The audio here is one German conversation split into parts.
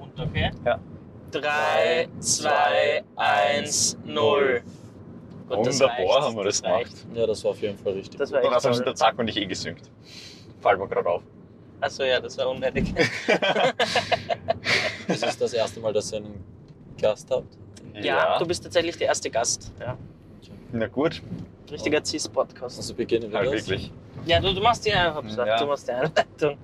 runter, okay? Ja. 3, 2, 1, 0. Gut, Wunderbar haben wir das gemacht. Ja, das war auf jeden Fall richtig. Das war Und echt also haben toll. der Zack und ich gesynkt. Fällt mir gerade auf. Achso, ja, das war unnötig. Das ist das erste Mal, dass ihr einen Gast habt. Ja, du bist tatsächlich der erste Gast. Ja. Na gut, Richtiger CIS-Podcast. Also beginnen wir halt das. wirklich. Ja, du machst die Einleitung. Ja. Du machst die Einleitung.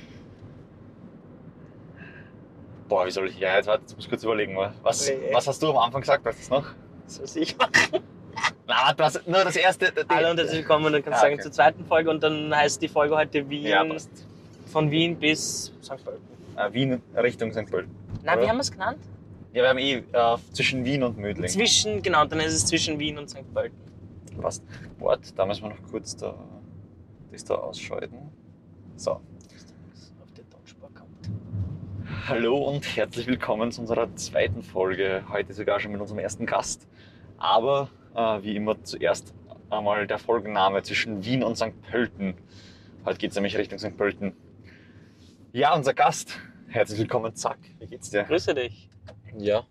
Boah, wie soll ich? Ja, jetzt warte, jetzt muss ich kurz überlegen. Was Nee. hast du am Anfang gesagt? Weißt du es noch? So sicher. Na, du hast nur das erste. Hallo und herzlich willkommen. Und dann kannst du sagen okay. zur zweiten Folge und dann heißt die Folge heute Wien. Ja, passt. Von Wien bis St. Pölten. Wien Richtung St. Pölten. Na, Oder? wie haben wir es genannt? Ja, wir haben zwischen Wien und Mödling. Zwischen, genau, dann ist es zwischen Wien und St. Pölten. Passt. Warte, da müssen wir noch kurz das da ausschalten. So. Auf der Tonspur kommt. Hallo und herzlich willkommen zu unserer zweiten Folge. Heute sogar schon mit unserem ersten Gast. Aber wie immer zuerst einmal der Folgenname zwischen Wien und St. Pölten. Heute geht es nämlich Richtung St. Pölten. Ja, unser Gast. Herzlich willkommen, Zack. Wie geht's dir? Grüße dich. Ja.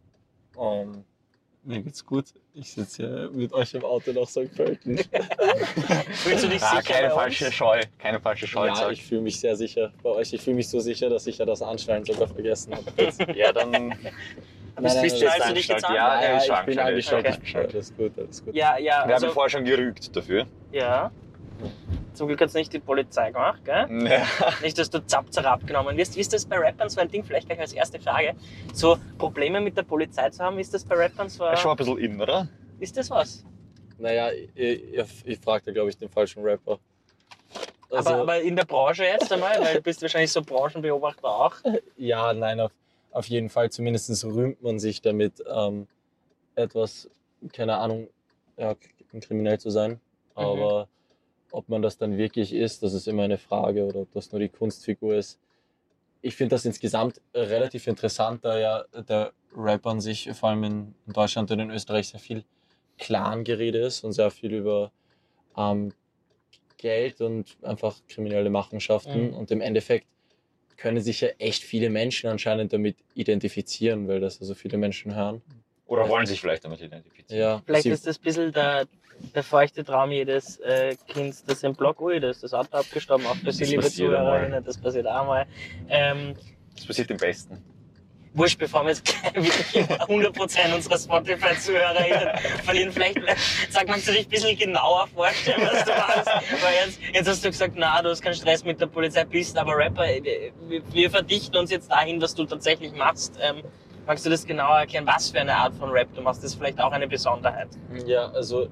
Mir geht's gut. Ich sitze hier mit euch im Auto nach St. Pölten. Fühlst du dich sicher Keine bei falsche uns? Scheu. Keine falsche Scheu, Ja, Zack. ich fühle mich sehr sicher bei euch. Ich fühle mich so sicher, dass ich ja das Anschnallen sogar vergessen habe. Ja, dann Bist du dich jetzt an? Ja, ja, ist ich bin angeschaltet. Okay. Alles gut, alles gut. Ja, ja, wir haben also, ihn vorher schon gerügt dafür. ja. Zum Glück hat es nicht die Polizei gemacht, gell? Ja. Nicht, dass du zapp genommen wirst. Wie ist das bei Rappern so ein Ding? Vielleicht gleich als erste Frage. So Probleme mit der Polizei zu haben, ist das bei Rappern so? Ist schon ein bisschen in, oder? Ist das was? Naja, ich fragte, glaube ich, den falschen Rapper. Also, Aber in der Branche jetzt einmal, weil du bist wahrscheinlich so Branchenbeobachter auch. ja, nein, auf jeden Fall. Zumindest rühmt man sich damit, etwas, keine Ahnung, ja, kriminell zu sein. Aber ob man das dann wirklich ist, das ist immer eine Frage, oder ob das nur die Kunstfigur ist. Ich finde das insgesamt relativ interessant, da ja der Rap an sich, vor allem in Deutschland und in Österreich, sehr viel Clan-Gerede ist und sehr viel über Geld und einfach kriminelle Machenschaften. Und im Endeffekt können sich ja echt viele Menschen anscheinend damit identifizieren, weil das ja so viele Menschen hören. Oder wollen sich vielleicht damit identifizieren. Ja, Vielleicht ist das ein bisschen der feuchte Traum jedes Kindes, das im Blog, ui, da ist das Auto abgestorben, auch für Sie, Das liebe passiert Zuhörerinnen, das passiert auch mal. Das passiert im Besten. Wurscht, bevor wir jetzt wirklich 100% unserer Spotify-ZuhörerInnen verlieren, vielleicht magst du dich ein bisschen genauer vorstellen, was du machst. Weil jetzt hast du gesagt, na, du hast keinen Stress mit der Polizei, bist aber Rapper. Wir verdichten uns jetzt dahin, was du tatsächlich machst. Magst du das genauer erklären, was für eine Art von Rap du machst? Das ist vielleicht auch eine Besonderheit. Ja, also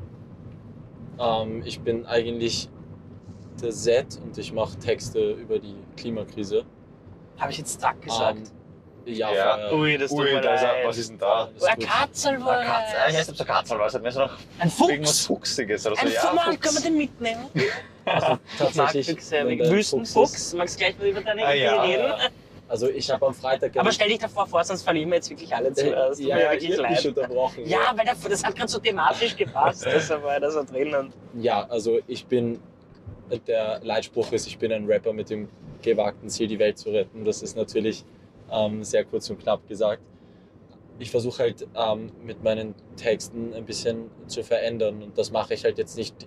ich bin eigentlich der Z und ich mache Texte über die Klimakrise. Habe ich jetzt Zack gesagt? Ja, Ja. vorher. Ui, das tut mir da ist leid. Was ist denn da? Alles Ein gut. Katzel war Eine Katze. Ich weiß nicht, ob es eine Katze war. Es hat mir so noch Ein irgendwas Fuchs. Fuchsiges oder so. Ein Ja, Fuchs, Fuchs. können wir den mitnehmen? Tatsächlich, Füchse, wenn der Wüstenfuchs. Magst du gleich mal über deine Ah, Idee ja. reden? Also ich habe am Freitag... Aber stell dich davor vor, sonst verlieren wir jetzt wirklich alle zu. Es tut mir ja, wirklich ich hab mich leid. unterbrochen. Ja, weil das hat gerade so thematisch gepasst, deshalb war das so drin. Und Ja, also der Leitspruch ist, ich bin ein Rapper mit dem gewagten Ziel, die Welt zu retten. Das ist natürlich sehr kurz und knapp gesagt. Ich versuche halt mit meinen Texten ein bisschen zu verändern und das mache ich halt jetzt nicht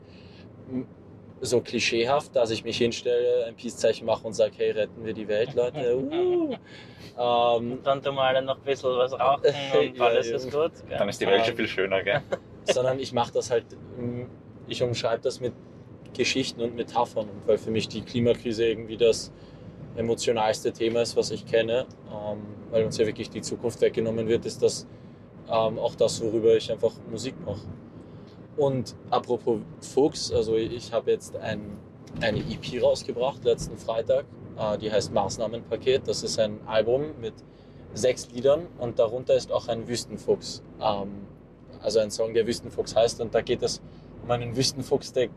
so klischeehaft, dass ich mich hinstelle, ein Peace-Zeichen mache und sage, hey, retten wir die Welt, Leute. dann tun wir alle noch ein bisschen was rauchen und Ja, alles ja. ist gut. Gell? Dann ist die Welt schon viel schöner, gell? Sondern ich mache das halt, ich umschreibe das mit Geschichten und Metaphern, und weil für mich die Klimakrise irgendwie das emotionalste Thema ist, was ich kenne, weil uns ja wirklich die Zukunft weggenommen wird, ist das auch das, worüber ich einfach Musik mache. Und apropos Fuchs, also ich habe jetzt eine EP rausgebracht letzten Freitag, die heißt Maßnahmenpaket. Das ist ein Album mit 6 Liedern und darunter ist auch ein Wüstenfuchs. Also ein Song, der Wüstenfuchs heißt, und da geht es um einen Wüstenfuchs, der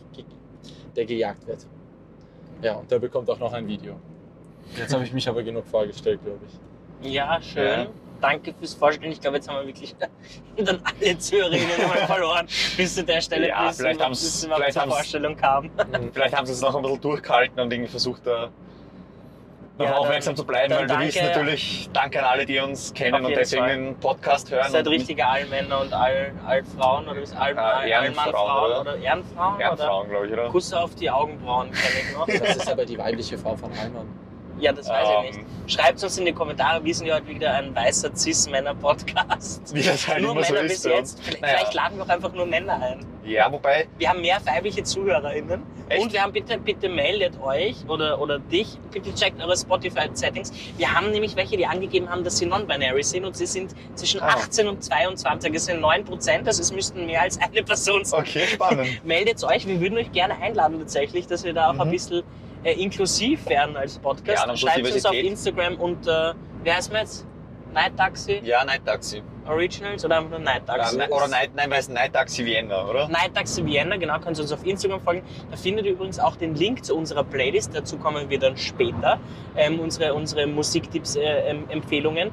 gejagt wird. Ja, und der bekommt auch noch ein Video. Jetzt habe ich mich aber genug vorgestellt, glaube ich. Ja, schön. Ja. Danke fürs Vorstellen. Ich glaube, jetzt haben wir wirklich dann alle Zuhörerinnen mal verloren, bis zu der Stelle, Ja, bis vielleicht überhaupt haben's- bis vielleicht zur haben's- Vorstellung kam. Vielleicht haben sie es noch ein bisschen durchgehalten und irgendwie versucht, da Ja, aufmerksam zu bleiben, weil dann wir wissen natürlich, danke an alle, die uns kennen Auf und jeden deswegen Fall. den Podcast hören. Ihr seid und richtige Allmänner und Allfrauen oder ist Allmann-Frauen Ehrenfrauen, oder Ehrenfrauen? Ehrenfrauen, glaube ich, oder? Kuss auf die Augenbrauen kenne ich noch. Das ist aber die weibliche Form von Allmann. Ja, das weiß ich nicht. Schreibt uns in die Kommentare, wir sind ja heute wieder ein weißer Cis-Männer-Podcast. Wie das halt Nur immer so Männer ist bis bei jetzt. uns. Vielleicht laden wir auch einfach nur Männer ein. Ja, wobei, Wir haben mehr weibliche ZuhörerInnen. Echt? Und wir haben bitte meldet euch oder dich, bitte checkt eure Spotify-Settings. Wir haben nämlich welche, die angegeben haben, dass sie non-binary sind und sie sind zwischen 18 und 22. Das sind 9%, also es müssten mehr als eine Person sein. okay, spannend. Meldet euch, wir würden euch gerne einladen tatsächlich, dass wir da auch ein bisschen inklusiv werden als Podcast. Ja, dann Schreibt uns auf Diversität. Instagram unter, wie heißt wir jetzt? Night Taxi Ja, Night Taxi. Originals oder einfach nur Night Taxi? Oder Night, nein, weil es Night Taxi Vienna, oder? Night Taxi Vienna, genau, könnt ihr uns auf Instagram folgen. Da findet ihr übrigens auch den Link zu unserer Playlist, dazu kommen wir dann später. Unsere Musiktipps-Empfehlungen.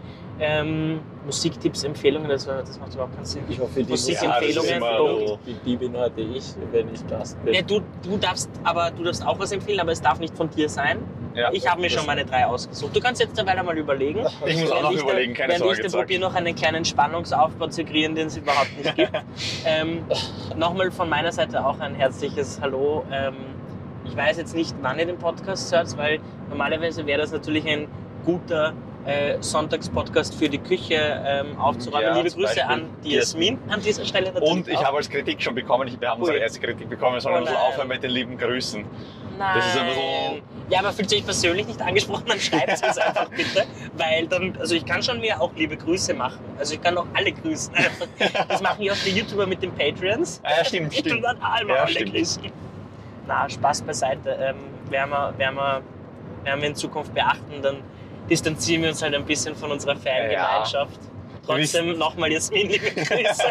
Musiktipps-Empfehlungen, das macht überhaupt keinen Sinn. Ich hoffe, die Musikempfehlungen, die bin heute ich, wenn ich Gast bin. Ja, du darfst auch was empfehlen, aber es darf nicht von dir sein. Ja. Ich habe mir schon meine 3 ausgesucht. Du kannst jetzt dabei mal überlegen. Ich muss auch noch überlegen, keine Sorge. Während ich probiere, noch einen kleinen Spannungsaufbau zu kreieren, den es überhaupt nicht gibt. Nochmal von meiner Seite auch ein herzliches Hallo. Ich weiß jetzt nicht, wann ihr den Podcast hört, weil normalerweise wäre das natürlich ein guter Sonntagspodcast für die Küche aufzuräumen. Ja, Liebe zum Grüße Beispiel an die Jasmin an dieser Stelle natürlich. Und ich auch. habe als Kritik schon bekommen, wir haben unsere Ui. erste Kritik bekommen, wir sollen ein bisschen nein. aufhören mit den lieben Grüßen. Nein. Das ist ein bisschen- Ja, aber fühlt sich persönlich nicht angesprochen, dann schreibt es uns einfach bitte. Weil dann, also ich kann schon mir auch liebe Grüße machen. Also ich kann auch alle grüßen. Das machen ja auch die YouTuber mit den Patreons. Ah, ja, stimmt, Ich tue stimmt. dann einmal Ja, alle stimmt. grüßen. Na, Spaß beiseite. Werden wir in Zukunft beachten, dann distanzieren wir uns halt ein bisschen von unserer Fangemeinschaft. Trotzdem nochmal Jasmin, liebe Grüße.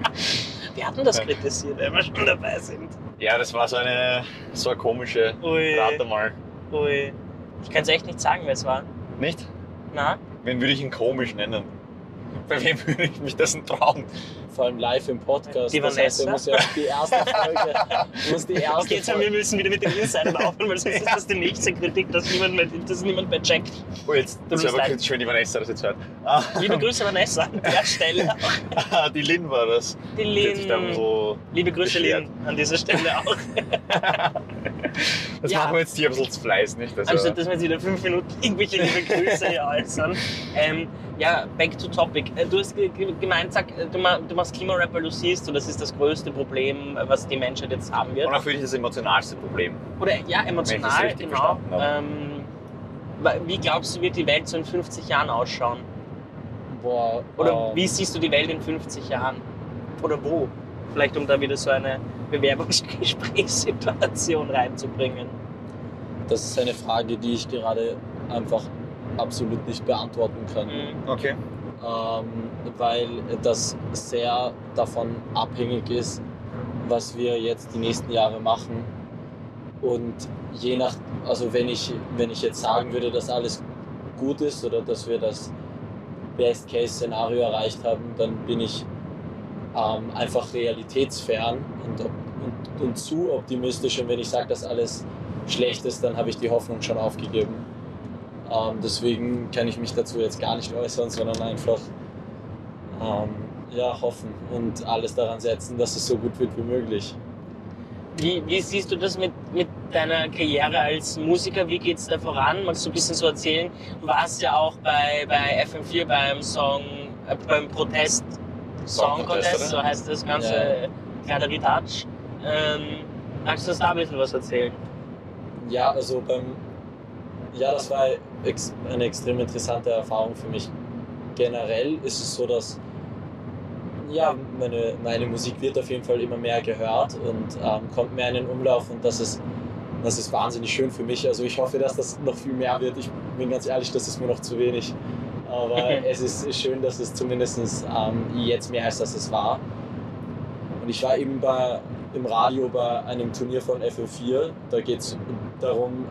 Wir hatten das kritisiert, wenn wir schon dabei sind. Ja, das war so eine komische, Ui. rate mal. Ui. Ich kann es echt nicht sagen, wer es war. Nicht? Na? Wen würde ich ihn komisch nennen? Bei wem würde ich mich das denn trauen? Vor allem live im Podcast. Die Das heißt, Vanessa. er muss ja die erste Folge. Okay, jetzt wir müssen wieder mit den Insidern aufhören, weil sonst ist das die nächste Kritik, dass niemand mehr checkt. Oh, jetzt Tut ist mir aber leid. schön, die Vanessa das jetzt hört. Liebe Grüße Vanessa an der Stelle. Die Lin war das. Die Die hat sich da Lin. so Liebe Grüße beschwert. Lin an dieser Stelle auch. Das Ja. machen wir jetzt hier ein bisschen zu Fleiß, nicht? Also, dass wir jetzt wieder 5 Minuten irgendwelche liebe Grüße hier äußern. Ja, back to topic. Du hast gemeint, du machst Klimarap, weil du siehst, und das ist das größte Problem, was die Menschheit jetzt haben wird. Und auch für dich das emotionalste Problem. Oder ja, Wenn ich emotional, das richtig genau. verstanden Wie glaubst du, wird die Welt so in 50 Jahren ausschauen? Boah, Oder wie siehst du die Welt in 50 Jahren? Oder wo? Vielleicht um da wieder so eine Bewerbungsgesprächssituation reinzubringen. das ist eine Frage, die ich gerade einfach absolut nicht beantworten kann. Mhm. Okay. Weil das sehr davon abhängig ist, was wir jetzt die nächsten Jahre machen. Und je nach, also wenn ich jetzt sagen würde, dass alles gut ist oder dass wir das Best-Case-Szenario erreicht haben, dann bin ich einfach realitätsfern und zu optimistisch. Und wenn ich sage, dass alles schlecht ist, dann habe ich die Hoffnung schon aufgegeben. Deswegen kann ich mich dazu jetzt gar nicht äußern, sondern einfach hoffen und alles daran setzen, dass es so gut wird wie möglich. Wie siehst du das mit deiner Karriere als Musiker? Wie geht's da voran? Magst du ein bisschen so erzählen? Du warst ja auch bei FM4 beim Protest Song Contest, so heißt das ganze Kladderadatsch. Magst du uns da ein bisschen was erzählen? Ja, also das war eine extrem interessante Erfahrung für mich. Generell ist es so, dass meine Musik wird auf jeden Fall immer mehr gehört und kommt mehr in den Umlauf, und das ist wahnsinnig schön für mich. Also ich hoffe, dass das noch viel mehr wird. Ich bin ganz ehrlich, das ist mir noch zu wenig. Aber es ist schön, dass es zumindest jetzt mehr ist, als es war. Und ich war eben im Radio bei einem Turnier von FM4. Da geht es darum,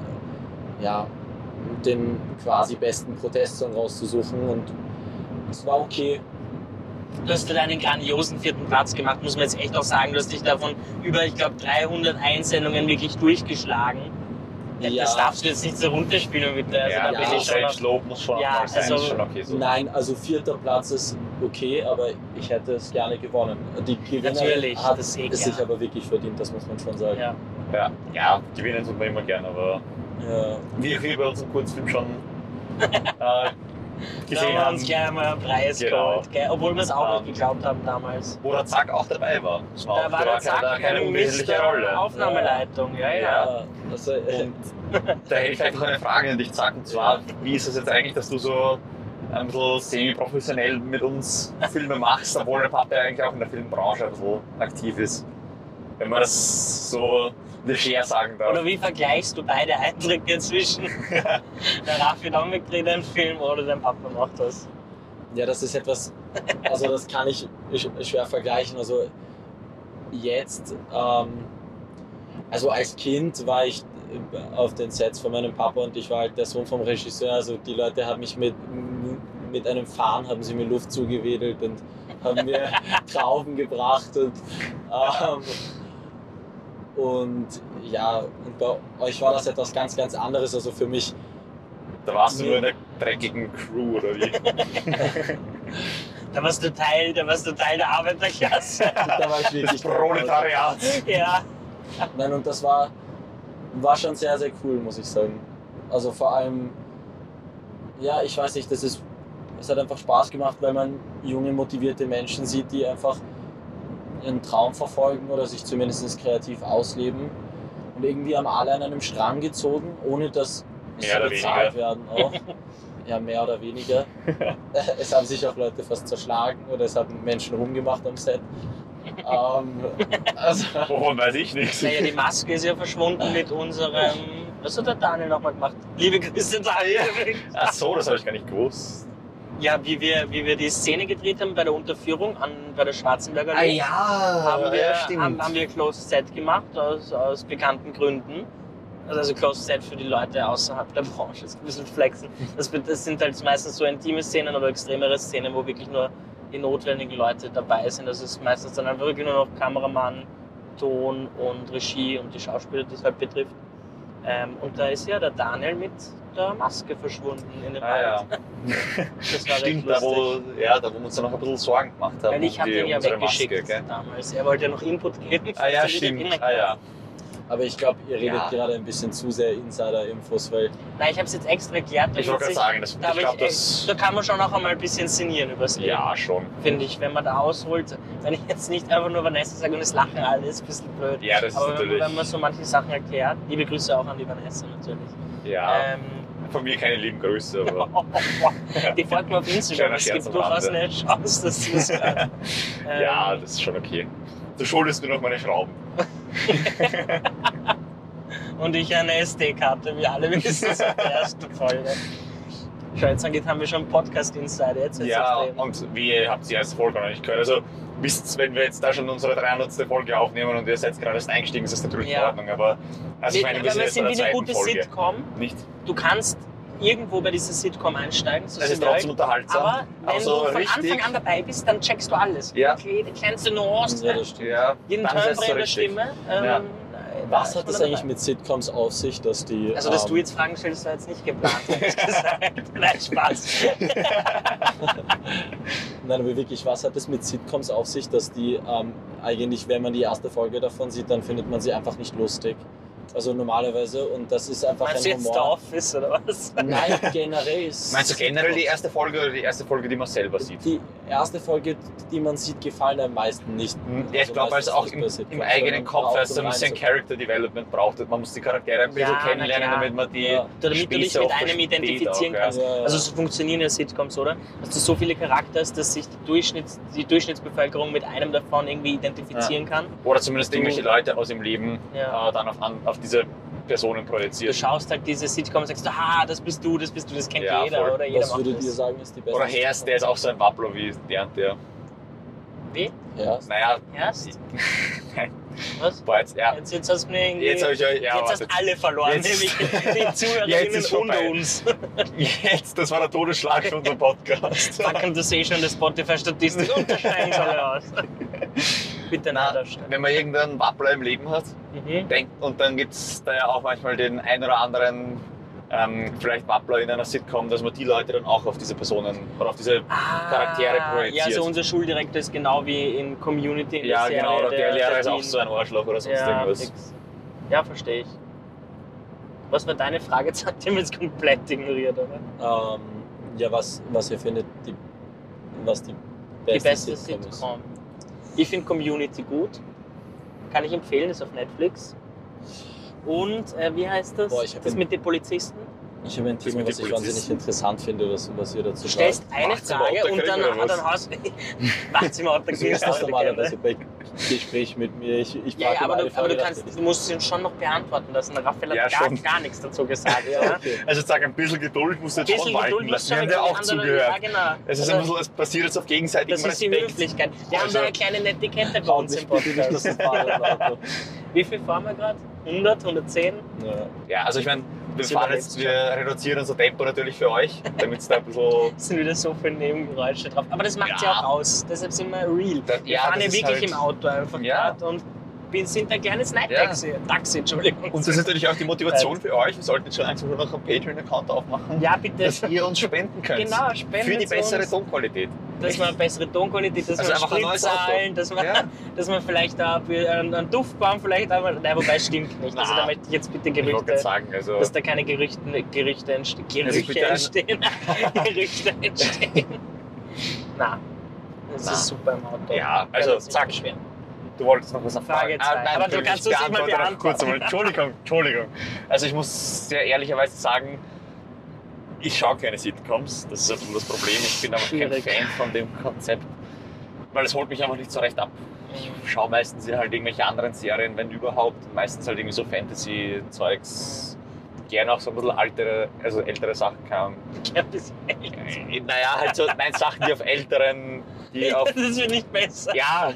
den quasi besten Protestsong rauszusuchen, und es war okay. Du hast da einen grandiosen 4. Platz gemacht, muss man jetzt echt auch sagen. Du hast dich davon über, ich glaube, 300 Einsendungen wirklich durchgeschlagen. Ja. Das darfst du jetzt nicht so runterspielen, bitte. Also, Ja, da ja, bin ich schon noch, Selbstlob muss schon Ja, mal sein, also- ist schon okay so. Nein, also 4. Platz ist okay, aber ich hätte es gerne gewonnen. Die Gewinnerin Natürlich, hat das es sehe ich, sich ja. aber wirklich verdient, das muss man schon sagen. ja. Ja, gewinnen tut man immer gerne, aber Ja. wie wir unseren Kurzfilm schon Da gesehen haben wir haben, uns gleich einmal einen Preis Genau. geholt, gell? Obwohl wir es auch Ähm, nicht geglaubt haben damals. wo der Zack auch dabei war. Das war Da auch- war der Zack keine unwesentliche Mr. Rolle. Aufnahmeleitung, ja. Ja, also, Und da hätte ich einfach eine Frage an dich, Zack, und zwar, wie ist es jetzt eigentlich, dass du so ein bisschen semi-professionell mit uns Filme machst, obwohl dein Papa ja eigentlich auch in der Filmbranche ein bisschen aktiv ist? Wenn man das so leger sagen darf. Oder wie vergleichst du beide Eindrücke zwischen der Raffi Domik-drehenden Film oder dein Papa macht das? ja, das ist etwas, also das kann ich schwer vergleichen. Also jetzt, also als Kind war ich auf den Sets von meinem Papa und ich war halt der Sohn vom Regisseur. Also die Leute haben mich mit einem Fahnen, haben sie mir Luft zugewedelt und haben mir Trauben gebracht und ja, und bei euch war das etwas ganz, ganz anderes. Also für mich, Da warst du nur in der dreckigen Crew, oder wie? Da warst du Teil der Arbeiterklasse. da war ich wirklich Proletariat. Ja. Nein, und das war schon sehr, sehr cool, muss ich sagen. Also vor allem, ja, ich weiß nicht, es hat einfach Spaß gemacht, weil man junge, motivierte Menschen sieht, die einfach ihren Traum verfolgen oder sich zumindest kreativ ausleben und irgendwie am alle an einem Strang gezogen, ohne dass Mehr oder bezahlt weniger. werden auch. Ja, mehr oder weniger. Es haben sich auch Leute fast zerschlagen oder es haben Menschen rumgemacht am Set. Also, Wovon weiß ich nichts. Naja, die Maske ist ja verschwunden mit unserem. Was hat der Daniel nochmal gemacht? Liebe Grüße, Daniel. Ach so, das habe ich gar nicht gewusst. Ja, wie wir die Szene gedreht haben bei der Unterführung bei der Schwarzenberger Allee. ja, haben wir Closed Set gemacht aus bekannten Gründen. Also Closed Set für die Leute außerhalb der Branche, ist ein bisschen flexen. Das sind halt meistens so intime Szenen oder extremere Szenen, wo wirklich nur die notwendigen Leute dabei sind. Das ist meistens dann einfach wirklich nur noch Kameramann, Ton und Regie und die Schauspieler, die es halt betrifft. Und da ist ja der Daniel mit der Maske verschwunden in den Wald. Ja. Das war Stimmt, recht da lustig. wo wir uns dann noch ein bisschen Sorgen gemacht haben. Weil ich habe um den ja unsere weggeschickt Maske, gell? damals. Er wollte ja noch Input geben. Ah ja, für die stimmt. Gewinner. Ah ja. aber ich glaube, ihr redet Ja. gerade ein bisschen zu sehr Insider-Infos, weil Nein, ich habe es jetzt extra erklärt. Ich wollte gerade sagen, ich Da glaube, das... da kann man schon auch einmal ein bisschen sinnieren übers Leben. Ja, schon. Finde ich, wenn man da ausholt. Wenn ich jetzt nicht einfach nur Vanessa sage und es lachen alle, ist ein bisschen blöd. Ja, das ist Aber natürlich... wenn man so manche Sachen erklärt, liebe Grüße auch an die Vanessa natürlich. Ja, Ähm, von mir keine lieben Grüße, aber... die folgt mir auf Instagram. Kleiner Es Scherz gibt am durchaus Rande. eine Chance, dass sie es hört. Ja, das ist schon okay. Du schuldest mir noch meine Schrauben. Und ich eine SD-Karte, wie alle wissen, seit der ersten Folge. Schau, jetzt haben wir schon Podcast-Insider. Jetzt wird's Ja, extrem. und wie ihr habt die erste Folge noch nicht gehört. Also, wisst, wenn wir jetzt da schon unsere 300. Folge aufnehmen und ihr seid gerade erst eingestiegen, ist das natürlich in Ja. Ordnung. Aber also ich meine, wir sind jetzt sind bei wie der eine zweiten gute Folge. Sitcom. Nicht? Du kannst irgendwo bei dieser Sitcom einsteigen, so Es ist sind wir trotzdem unterhaltsam. aber wenn so du von richtig- Anfang an dabei bist, dann checkst du alles. Ja. Die kleinste Nuance, ja, das stimmt. Ja, jeden dann ist es Timbre so in der richtig. Stimme. Ja. Was hat das das eigentlich mit Sitcoms auf sich, dass die... Also, dass du jetzt Fragen stellst, war jetzt nicht geplant, ehrlich gesagt. Nein, Spaß. Nein, aber wirklich, was hat es mit Sitcoms auf sich, dass die eigentlich, wenn man die erste Folge davon sieht, dann findet man sie einfach nicht lustig. Also normalerweise, und das ist einfach Meinst du ein jetzt The Humor. Office oder was? Nein, generell ist... Meinst du generell die erste Folge oder die erste Folge, die man selber sieht? Die erste Folge, die man sieht, gefallen einem meisten nicht. Ja, ich glaube, also auch im eigenen Kopf, also ein bisschen Character Development braucht. Man muss die Charaktere ein bisschen Ja, na kennenlernen, klar. damit man die Ja. Damit du dich Spieße mit auch einem versteht identifizieren auch, ja. kannst. Ja, ja. Also so funktionieren ja Sitcoms, oder? Dass du so viele Charakter hast, dass sich die Durchschnittsbevölkerung mit einem davon irgendwie identifizieren kann. Oder zumindest irgendwelche Leute aus dem Leben Ja. dann auf diese Personen Du projiziert. schaust halt diese Sitcom und sagst, das bist du, das kennt Ja, jeder, voll. oder jeder Was macht würdet das. ihr sagen, ist die beste Oder Herst, der ist auch so ein Wappler wie der und der. Wie? Ja. Naja, Erst? Nein. Was? boah, jetzt, ja. Jetzt hast du mir irgendwie... Jetzt habe ich euch, ja, jetzt hast warte. alle verloren, Jetzt- nämlich die Jetzt Zuhörerinnen ist und vorbei. uns. Jetzt, das war der Todesschlag für unseren Podcast. Fuck Conversation der Spotify-Statistik und der steigen alle aus. Bitte Na, darstellen. wenn man irgendeinen Wappler im Leben hat, und dann gibt es da ja auch manchmal den ein oder anderen vielleicht Wappler in einer Sitcom, dass man die Leute dann auch auf diese Personen oder auf diese Charaktere projiziert. Ja, also unser Schuldirektor ist genau wie in Community. In Ja, der genau, Serie, oder der Lehrer ist auch Dean. so ein Arschloch oder sonst Ja, irgendwas. fix. Ja, verstehe ich. Was war deine Frage? Jetzt hat ihr mich jetzt komplett ignoriert, oder? Ja, was ihr findet, was die Die beste, beste Sitcom ist. Sitcom. Ich finde Community gut. Kann ich empfehlen, ist auf Netflix. Und wie heißt das? Boah, ich hab das ihn- mit den Polizisten? Ich habe ein Das Thema, mit was den ich wahnsinnig Polizisten. interessant finde, was ihr dazu Du stellst sagt. eine Macht's im Frage Auto, und kriegen dann wir was? hast macht's im Auto. So ist das normalerweise bei Gesprächen mit mir. Ich Ja, frage ja, immer aber, eine du, Frage, du musst ihn schon noch beantworten lassen. Der Raphael Ja, hat schon. gar nichts dazu gesagt. Ja, ja. okay. Also ich sage, ein bisschen Geduld musst du jetzt schon walten lassen. Wir haben schon ja auch andere- zugehört. Ja, genau. Es ist ein bisschen, es passiert jetzt auf gegenseitigem Das ist die Respekt. Höflichkeit. Wir haben Also- da eine kleine Netiquette bei Haut uns im mich bitte nicht, dass Podcast. ich fahre im Auto. Wie viel fahren wir gerade? 100, 110? Ja. Ja, also ich meine, wir Sie fahren überlebt's jetzt, wir reduzieren unser Tempo natürlich für euch, damit es da ein bisschen... Es sind wieder so viele Nebengeräusche drauf. Aber das macht Ja. ja auch aus. Deshalb sind wir real. Das- Wir ja, fahren das ja ist wirklich halt- im Auto einfach Ja. grad und sind ein kleines Night-Taxi. Taxi, Entschuldigung. Und das ist natürlich auch die Motivation für euch. Wir sollten jetzt schon langsam noch einen Patreon-Account aufmachen, Ja, bitte. dass ihr uns spenden könnt. Genau, spenden Für die zu bessere uns. Tonqualität. Dass wir eine bessere Tonqualität, dass Also wir einfach ein Sprit neues Auto. zahlen, dass wir, Ja. dass wir vielleicht auch einen Duftbaum vielleicht einmal. Nein, wobei es stimmt nicht. Also Na, da möchte ich jetzt bitte Ich wollte Gerüchte, gerade sagen, also... dass da keine Gerüchte entstehen. Also bitte entstehen. Gerüchte entstehen. Na, das Na. ist super im Auto. Ja, Kann also man sich zack. beschweren. Du wolltest noch was Frage zwei. Aber du Entschuldigung, kannst ich uns nicht mal beantworte noch kurz beantworten. einmal. Entschuldigung. Also ich muss sehr ehrlicherweise sagen, ich schaue keine Sitcoms. Das ist ein bisschen das Problem. Ich bin aber kein Schwierig. Fan von dem Konzept, weil es holt mich einfach nicht so recht ab. Ich schaue meistens halt irgendwelche anderen Serien, wenn überhaupt. Meistens halt irgendwie so Fantasy-Zeugs. Gerne auch so ein bisschen ältere Sachen kann. Ja, das Naja, halt so, nein, Sachen, die auf älteren, die auf das wird nicht besser. ja,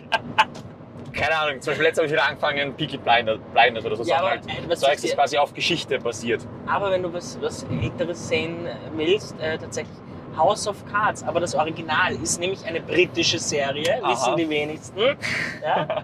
keine Ahnung. Zum Beispiel jetzt habe ich wieder angefangen, Peaky Blinders oder so Ja, Sachen aber, halt. was Zeugs, das ich- quasi auf Geschichte basiert. Aber wenn du was Älteres sehen willst, tatsächlich House of Cards, aber das Original ist nämlich eine britische Serie, Aha. wissen die wenigsten. Ja,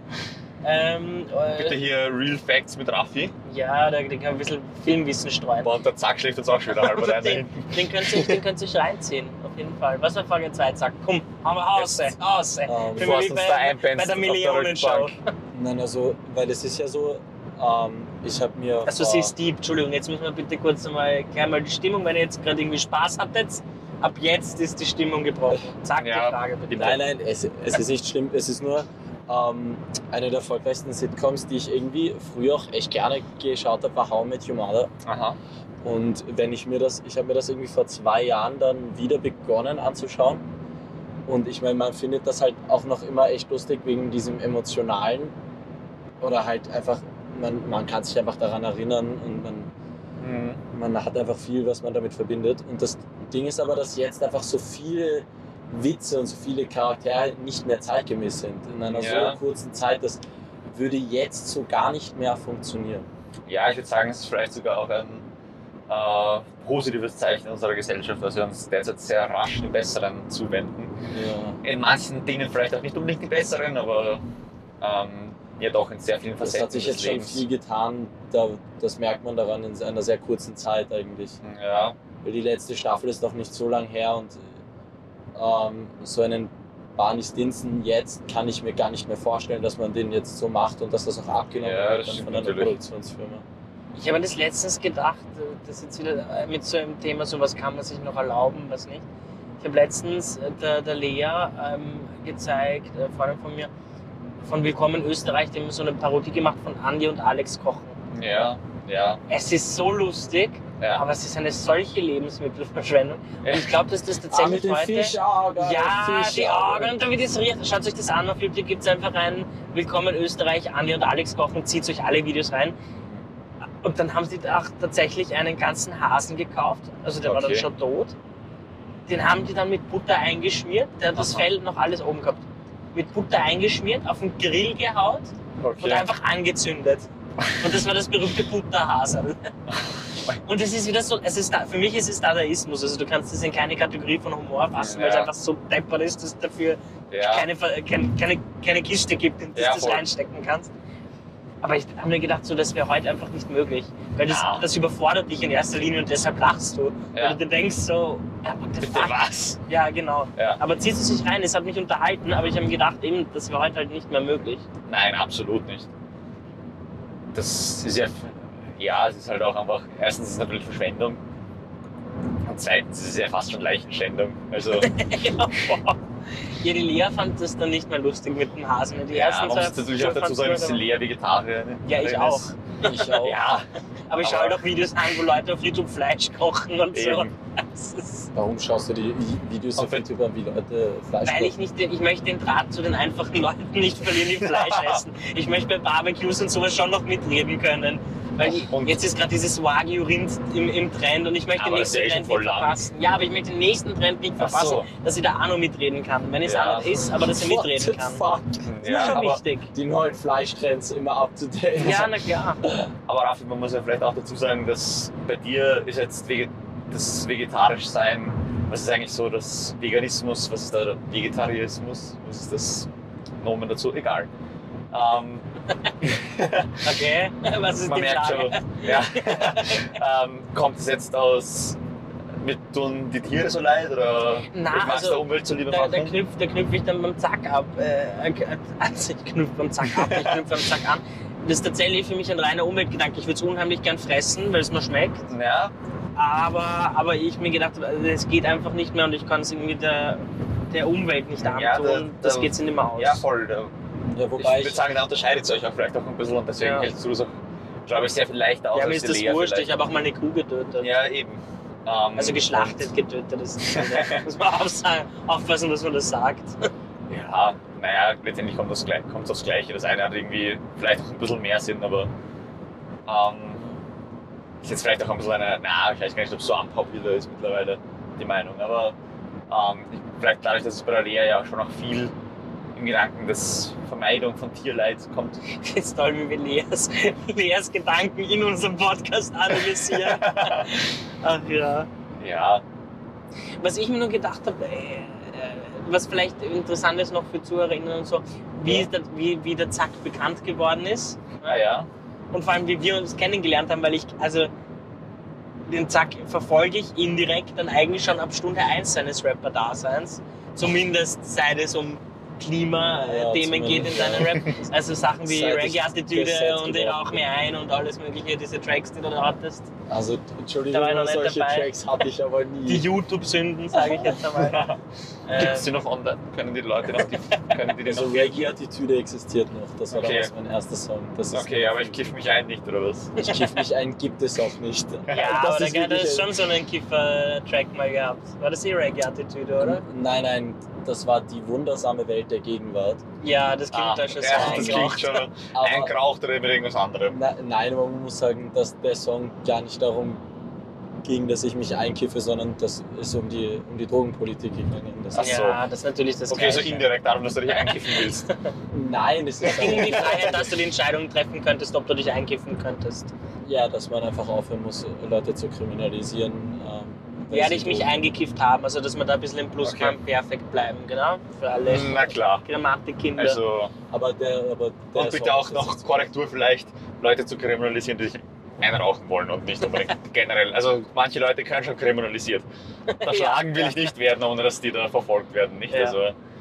Bitte hier Real Facts mit Raffi. ja da kann ein bisschen Filmwissen streuen. Boah, und der Zack schlägt uns auch schon wieder halber rein. den, den könnt ihr euch reinziehen, auf jeden Fall. Was war Frage 2? Zack, komm, haben wir raus. Für Bevor mich du uns da bei einpennst der auf der Millionenshow. Rückbank. Nein, also, weil es ist ja so, ich habe mir. Also sie ist deep, Entschuldigung, jetzt müssen wir bitte kurz einmal gleich mal die Stimmung, wenn ihr jetzt gerade irgendwie Spaß hattet, ab jetzt ist die Stimmung gebrochen. Zack, Ja, die Frage bitte. Nein, es ist nicht schlimm. Es ist nur eine der erfolgreichsten Sitcoms, die ich irgendwie früher auch echt gerne geschaut habe, war How I Met Your Mother. Aha. Und ich habe mir das irgendwie vor 2 Jahren dann wieder begonnen anzuschauen. Und ich meine, man findet das halt auch noch immer echt lustig wegen diesem Emotionalen. Oder halt einfach, man kann sich einfach daran erinnern und man hat einfach viel, was man damit verbindet. Und das Ding ist aber, dass jetzt einfach so viele Witze und so viele Charaktere nicht mehr zeitgemäß sind. In einer Ja. so kurzen Zeit, das würde jetzt so gar nicht mehr funktionieren. Ja, ich würde sagen, es ist vielleicht sogar auch ein positives Zeichen unserer Gesellschaft, dass wir uns derzeit sehr rasch den Besseren zuwenden. Ja. In manchen Dingen vielleicht auch nicht unbedingt den Besseren, aber ja doch in sehr vielen Das Facetten hat sich des jetzt schon Lebens. viel getan, das merkt man daran in einer sehr kurzen Zeit eigentlich. Ja, Weil die letzte Staffel ist noch nicht so lang her und so einen Barney Stinson jetzt kann ich mir gar nicht mehr vorstellen, dass man den jetzt so macht und dass das auch abgenommen Ja, wird das dann stimmt von einer natürlich. Produktionsfirma. Ich habe mir das letztens gedacht, das jetzt wieder mit so einem Thema, so was kann man sich noch erlauben, was nicht. Ich habe letztens der Lea gezeigt, Freundin von mir, von Willkommen Österreich, die haben so eine Parodie gemacht von Andi und Alex kochen. ja, ja. Es ist so lustig, Ja. aber es ist eine solche Lebensmittelverschwendung. Und ich glaube, dass das mit tatsächlich den heute... Fischaugen, Ja, die Augen und dann wie das riecht. Schaut euch das an, auf YouTube gibt es einfach ein Willkommen Österreich, Andi und Alex kochen, zieht euch alle Videos rein. Und dann haben sie auch tatsächlich einen ganzen Hasen gekauft, also der war dann Okay. schon tot. Den haben die dann mit Butter eingeschmiert, der hat das Aha. Fell noch alles oben gehabt. Mit Butter eingeschmiert, auf den Grill gehaut und Okay. einfach angezündet. Und das war das berühmte Butterhasen. Und es ist wieder so, für mich ist es Dadaismus. Also du kannst es in keine Kategorie von Humor fassen, weil es einfach so deppert ist, dass es dafür keine Kiste gibt, in die du das reinstecken kannst. Aber ich habe mir gedacht, so, das wäre heute einfach nicht möglich. Weil das überfordert dich in erster Linie und deshalb lachst du. Weil du dir denkst so, Bitte was? Ja, genau. Ja. Aber ziehst du sich rein, es hat mich unterhalten, aber ich habe mir gedacht, eben, das wäre heute halt nicht mehr möglich. Nein, absolut nicht. Das ist es ist halt auch einfach, erstens ist es natürlich Verschwendung und zweitens ist es ja fast schon Leichenschändung. Also, Ja, die Lea fand das dann nicht mehr lustig mit dem Hasen. Die man muss natürlich auch dazu sagen, dass die Lea Vegetarierin ist. Ja, ich auch. Ich auch. Ja, Aber ich schaue halt auch Videos an, wo Leute auf YouTube Fleisch kochen und so. Eben. Das ist, Warum schaust du die Videos auf YouTube an, wie Leute Fleisch weil kochen? ich möchte den Draht zu den einfachen Leuten nicht verlieren, die Fleisch essen. Ich möchte bei Barbecues und sowas schon noch mitreden können. Weil jetzt ist gerade dieses Wagyu-Rind im Trend und ich möchte den nächsten Trend nicht verpassen. Ja, aber ich möchte den nächsten Trend nicht verpassen, dass ich da auch noch mitreden kann. Wenn es auch nicht ist, aber dass ich mitreden kann. Das ist schon wichtig. Die neuen Fleischtrends immer up to date. Ja, na klar. aber Raffi, man muss ja vielleicht auch dazu sagen, dass bei dir ist jetzt das Vegetarischsein, was ist eigentlich so das Veganismus, was ist der Vegetarismus, was ist das Nomen dazu? Egal. Okay, was ist Man die merkt Frage? schon, ja. Kommt es jetzt aus, mit tun die Tiere so leid oder Na, ich mag's also, der Umwelt zuliebe Da machen? knüpfe ich dann beim Zack ab. Also ich knüpfe beim Zack ab, ich knüpfe beim Zack an. Das ist tatsächlich für mich ein reiner Umweltgedanke. Ich würde es unheimlich gern fressen, weil es mir schmeckt. Ja, Aber ich mir gedacht habe, es geht einfach nicht mehr und ich kann es irgendwie der Umwelt nicht antun. Das geht sich nicht mehr aus. ja voll. Ja, Ich wobei würde sagen, da unterscheidet es euch auch vielleicht auch ein bisschen und deswegen hältst du es auch, glaube ich, sehr viel leichter aus Ja, mir als ist die das Lea wurscht. vielleicht. Ich habe auch mal eine Kuh getötet. Ja, eben. Also geschlachtet, getötet. Das muss man aufpassen, dass man das sagt. Ja, naja, letztendlich kommt es aufs Gleiche. Das eine hat irgendwie vielleicht auch ein bisschen mehr Sinn, aber ist jetzt vielleicht auch ein bisschen ich weiß gar nicht, ob es so unpopular ist mittlerweile, die Meinung. Aber vielleicht dadurch, dass es bei der Lea ja schon auch viel im Gedanken des Vermeidung von Tierleid kommt. Das ist toll, wie wir Leas Gedanken in unserem Podcast analysieren. Ach ja. Ja, Was ich mir nur gedacht habe, was vielleicht interessant ist noch für ZuhörerInnen und so, wie der Zack bekannt geworden ist. ja. Und vor allem, wie wir uns kennengelernt haben, weil den Zack verfolge ich indirekt dann eigentlich schon ab Stunde 1 seines Rapper-Daseins. Zumindest seit es um Klimathemen geht in seinen Rap. Also Sachen wie Seit ich Reggae-Attitüde gesetzt und ich geworden rauch mir ein und alles mögliche, diese Tracks, die du da hattest. Also, Da Entschuldigung, war ich noch nicht solche dabei. Tracks hatte ich aber nie. Die YouTube-Sünden, sage ich jetzt einmal. Gibt es die noch online? Können die Leute noch die Also noch Reggae-Attitüde existiert noch. Das war Okay. damals mein erster Song. Das ist Okay, aber ich kiff mich ein nicht, oder was? Ich kiff mich ein, gibt es auch nicht. Ja, Das aber ist da hat wirklich schon so einen Kiffer-Track mal gehabt. War das die Reggae-Attitüde, oder? Nein, das war die wundersame Welt der Gegenwart. Ja, das klingt da schon so ja, das klingt eingeraucht. schon Aber- eingeraucht oder mit irgendwas anderem. Nein, aber man muss sagen, dass der Song gar nicht darum ging, dass ich mich einkiffe, sondern dass es um die Drogenpolitik gegangen. Das Ach ist, so. Ja, das ist natürlich das Okay, so Gleiche. indirekt darum, dass du dich einkiffen willst. nein, es ist Es ging um die einfach, Freiheit, dass du die Entscheidung treffen könntest, ob du dich einkiffen könntest. ja, dass man einfach aufhören muss, Leute zu kriminalisieren. weil Werde sie ich mich Drogen- eingekifft haben, also dass wir da ein bisschen im Plusquam perfekt bleiben, genau? Für alle Na klar. Grammatikkinder. Also, Aber der und bitte Song auch ist noch jetzt- Korrektur vielleicht, Leute zu kriminalisieren, die sich einrauchen wollen und nicht unbedingt generell. Also manche Leute können schon kriminalisiert. Verschlagen will ich nicht werden, ohne dass die da verfolgt werden, nicht? Ja. Also,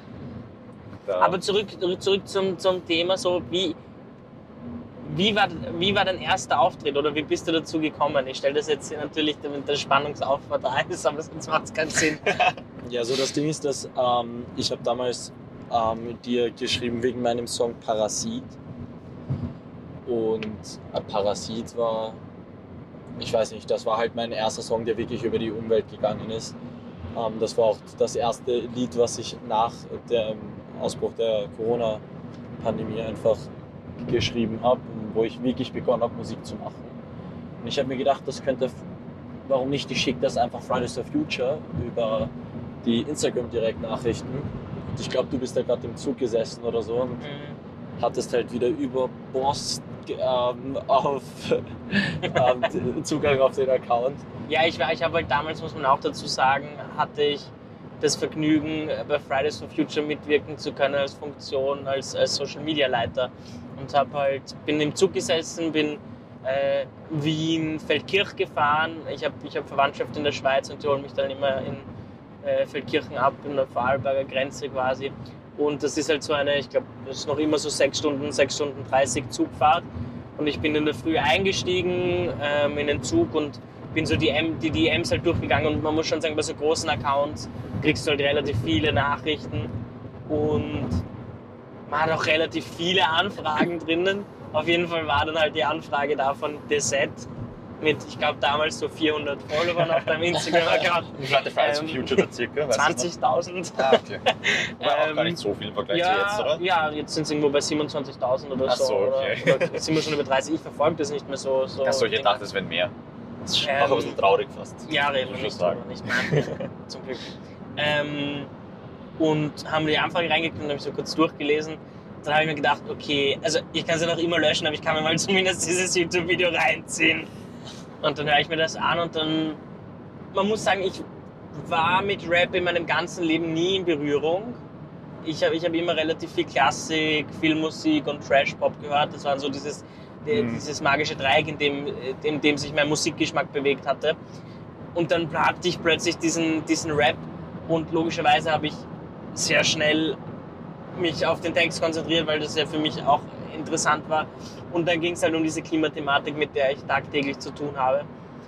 da, Aber zurück zum Thema, so wie war dein erster Auftritt oder wie bist du dazu gekommen? Ich stelle das jetzt natürlich, damit der Spannungsaufbau da ist, aber sonst macht es keinen Sinn. Ja, so das Ding ist, dass ich habe damals mit dir geschrieben wegen meinem Song Parasit. Und Parasit war, ich weiß nicht, das war halt mein erster Song, der wirklich über die Umwelt gegangen ist. Das war auch das erste Lied, was ich nach dem Ausbruch der Corona-Pandemie einfach geschrieben habe, wo ich wirklich begonnen habe, Musik zu machen. Und ich habe mir gedacht, warum nicht, ich schicke das einfach Fridays for Future über die Instagram-Direktnachrichten. Und ich glaube, du bist da gerade im Zug gesessen oder so und hattest halt wieder über Boss auf Zugang auf den Account. Ja, ich habe halt damals, muss man auch dazu sagen, hatte ich das Vergnügen, bei Fridays for Future mitwirken zu können als Funktion, als Social Media Leiter. Und bin im Zug gesessen, bin Wien, Feldkirch gefahren. Ich hab Verwandtschaft in der Schweiz und die holen mich dann immer in Feldkirchen ab, in der Vorarlberger Grenze quasi. Und das ist halt so eine, ich glaube, das ist noch immer so 6 Stunden 30 Zugfahrt. Und ich bin in der Früh eingestiegen in den Zug und bin so die DMs halt durchgegangen. Und man muss schon sagen, bei so großen Accounts kriegst du halt relativ viele Nachrichten. Und man hat auch relativ viele Anfragen drinnen. Auf jeden Fall war dann halt die Anfrage da von DZ mit, ich glaube, damals so 400 Followern auf deinem Instagram-Account. Wie viel hatte Fridays for Future da circa? 20.000. Ah, okay. War auch gar nicht so viel im Vergleich zu jetzt, oder? Ja, jetzt sind es irgendwo bei 27.000 oder Ach so, okay. Oder sind wir schon über 30. Ich verfolge das nicht mehr so. Achso, ich dachte, es wären mehr. Das ist auch ein bisschen traurig fast. Ja, reden wir nicht drüber, nicht mehr. Zum Glück. Und haben die Anfrage reingekriegt und habe ich so kurz durchgelesen. Dann habe ich mir gedacht, okay, also ich kann es ja noch immer löschen, aber ich kann mir mal zumindest dieses YouTube-Video reinziehen. Und dann höre ich mir das an und dann, man muss sagen, ich war mit Rap in meinem ganzen Leben nie in Berührung. Ich hab immer relativ viel Klassik, Filmmusik und Trash-Pop gehört. Das war so dieses magische Dreieck, in dem sich mein Musikgeschmack bewegt hatte. Und dann hatte ich plötzlich diesen Rap und logischerweise habe ich sehr schnell mich auf den Text konzentriert, weil das ja für mich auch interessant war. Und dann ging es halt um diese Klimathematik, mit der ich tagtäglich zu tun habe.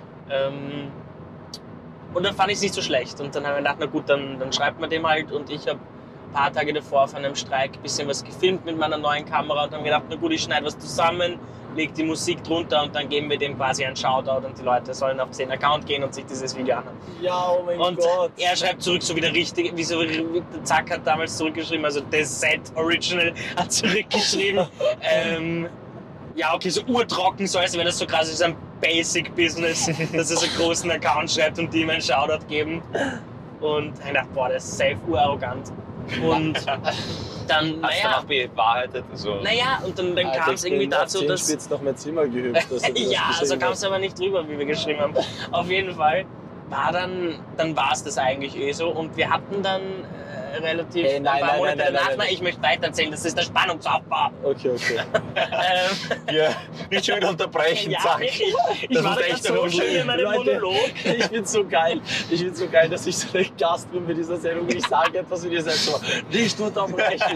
Und dann fand ich es nicht so schlecht. Und dann habe ich gedacht, na gut, dann schreibt man dem halt. Und ich habe ein paar Tage davor auf einem Streik ein bisschen was gefilmt mit meiner neuen Kamera und habe gedacht, na gut, ich schneide was zusammen, lege die Musik drunter und dann geben wir dem quasi einen Shoutout und die Leute sollen auf den Account gehen und sich dieses Video anhören. Ja, oh mein und Gott. Er schreibt zurück, so wie der richtige, wie so Zack hat damals zurückgeschrieben, also das Set Original hat zurückgeschrieben. Ja, okay, so urtrocken, so als wenn das so krass ist, ein Basic-Business, dass er so einen großen Account schreibt und die ihm einen Shoutout geben. Und ich dachte, boah, das ist safe urarrogant. Und dann, Hast du bewahrheitet? Also. Naja, und dann kam es irgendwie dazu, dass... Ich bin noch mein Zimmer gehüpft. Ja, so kam es aber nicht drüber, wie wir geschrieben haben. Auf jeden Fall war es das eigentlich eh so. Und wir hatten dann relativ ein paar Monate danach, ich möchte weiter erzählen, das ist der Spannungsaufbau. Okay. Ja, nicht schon wieder unterbrechen, ja, zack. Ich war echt so schön in meinem Monolog. Ich find's so geil, dass ich so ein Gast bin bei dieser Sendung und ich sage etwas und ihr seid so, nicht unterbrechen.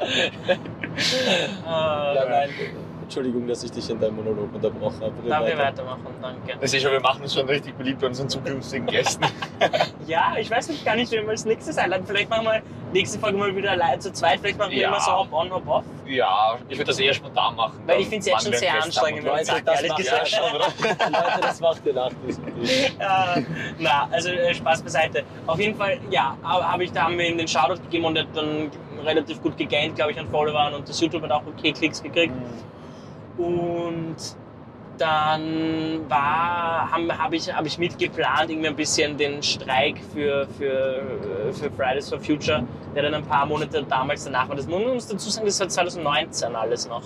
Ja, nein. Entschuldigung, dass ich dich in deinem Monolog unterbrochen habe. Darf ich weitermachen? Danke. Das ist schon, wir machen uns schon richtig beliebt bei unseren zukünftigen Gästen. Ja, ich weiß nicht, gar nicht, wen wir als nächstes einladen. Vielleicht machen wir nächste Folge mal wieder allein zu zweit. Vielleicht machen wir immer so Hop-on, Hop-off. Ja, ich würde das eher spontan machen. Weil ich finde es jetzt schon sehr anstrengend, wenn man sagt, ehrlich gesagt. Ja, schon, oder? Leute, das macht ihr nach. Na, also Spaß beiseite. Auf jeden Fall, ja, haben wir ihm den Shoutout gegeben und er hat dann relativ gut gegaint, glaube ich, an Followern und das YouTube hat auch okay Klicks gekriegt. Und dann habe ich mitgeplant, irgendwie ein bisschen den Streik für Fridays for Future, der dann ein paar Monate damals danach war. Das muss man dazu sagen, das war 2019 alles noch.